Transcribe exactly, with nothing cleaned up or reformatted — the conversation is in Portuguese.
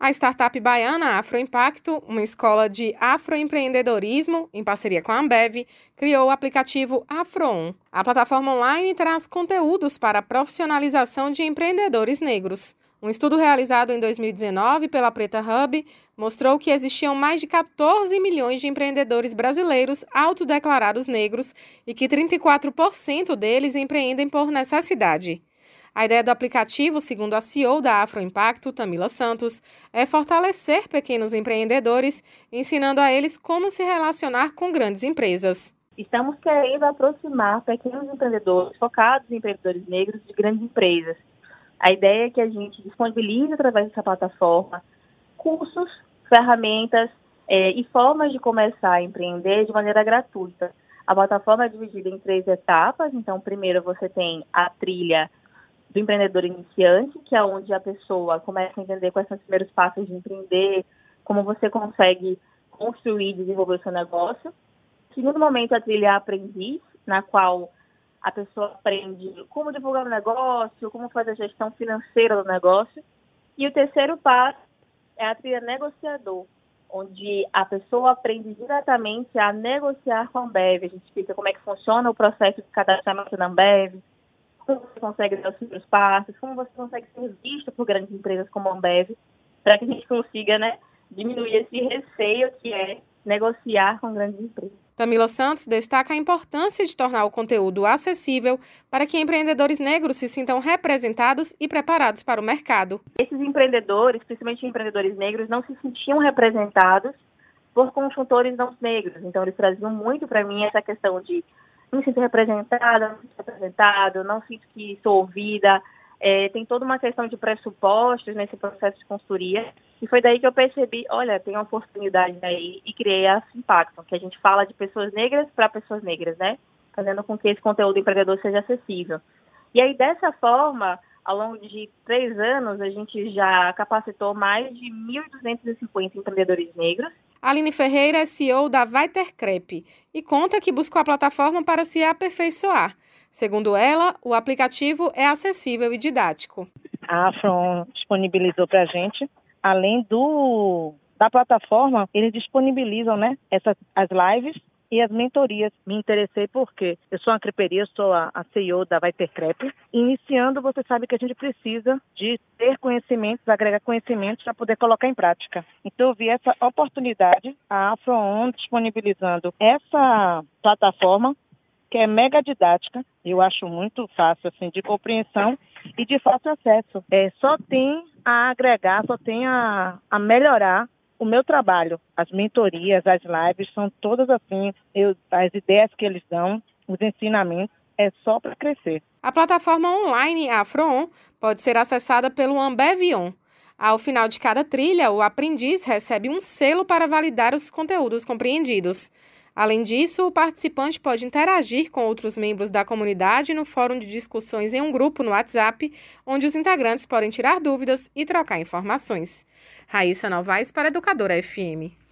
A startup baiana Afroimpacto, uma escola de afroempreendedorismo, em parceria com a Ambev, criou o aplicativo AfroOn. A plataforma online traz conteúdos para a profissionalização de empreendedores negros. Um estudo realizado em dois mil e dezenove pela Preta Hub mostrou que existiam mais de quatorze milhões de empreendedores brasileiros autodeclarados negros e que trinta e quatro por cento deles empreendem por necessidade. A ideia do aplicativo, segundo a C E O da Afroimpacto, Tamila Santos, é fortalecer pequenos empreendedores, ensinando a eles como se relacionar com grandes empresas. Estamos querendo aproximar pequenos empreendedores, focados em empreendedores negros, de grandes empresas. A ideia é que a gente disponibilize através dessa plataforma cursos, ferramentas é, e formas de começar a empreender de maneira gratuita. A plataforma é dividida em três etapas. Então, primeiro você tem a trilha do empreendedor iniciante, que é onde a pessoa começa a entender quais são os primeiros passos de empreender, como você consegue construir e desenvolver o seu negócio. Segundo momento, a trilha aprendiz, na qual a pessoa aprende como divulgar o negócio, como fazer a gestão financeira do negócio. E o terceiro passo é a trilha negociador, onde a pessoa aprende diretamente a negociar com a Ambev. A gente explica como é que funciona o processo de cadastramento na Ambev, como você consegue dar os primeiros passos, como você consegue ser visto por grandes empresas como a Ambev, para que a gente consiga, né, diminuir esse receio que é negociar com grandes empresas. Tamila Santos destaca a importância de tornar o conteúdo acessível para que empreendedores negros se sintam representados e preparados para o mercado. Esses empreendedores, principalmente empreendedores negros, não se sentiam representados por consultores não negros. Então, eles traziam muito para mim essa questão de não me sinto representada, não me sinto representado, não sinto que sou ouvida. É, tem toda uma questão de pressupostos nesse processo de consultoria. E foi daí que eu percebi, olha, tem uma oportunidade aí e criei a Impacto, que a gente fala de pessoas negras para pessoas negras, né? Fazendo com que esse conteúdo empreendedor seja acessível. E aí, dessa forma, ao longo de três anos, a gente já capacitou mais de mil duzentos e cinquenta empreendedores negros. Aline Ferreira é C E O da Vitercrep e conta que buscou a plataforma para se aperfeiçoar. Segundo ela, o aplicativo é acessível e didático. A Afron disponibilizou para a gente, além do, da plataforma, eles disponibilizam, né, essas, as lives e as mentorias. Me interessei porque eu sou uma creperia, sou a, a C E O da Vitercrep. Iniciando, você sabe que a gente precisa de ter conhecimentos, agregar conhecimentos para poder colocar em prática. Então, eu vi essa oportunidade, a AfroOn disponibilizando essa plataforma, que é mega didática, eu acho muito fácil, assim, de compreensão e de fácil acesso. É, só tem a agregar, só tem a, a melhorar o meu trabalho. As mentorias, as lives, são todas assim, eu, as ideias que eles dão, os ensinamentos, é só para crescer. A plataforma online AfroOn pode ser acessada pelo AmbevOn. Ao final de cada trilha, o aprendiz recebe um selo para validar os conteúdos compreendidos. Além disso, o participante pode interagir com outros membros da comunidade no fórum de discussões em um grupo no WhatsApp, onde os integrantes podem tirar dúvidas e trocar informações. Raíssa Novaes para Educadora F M.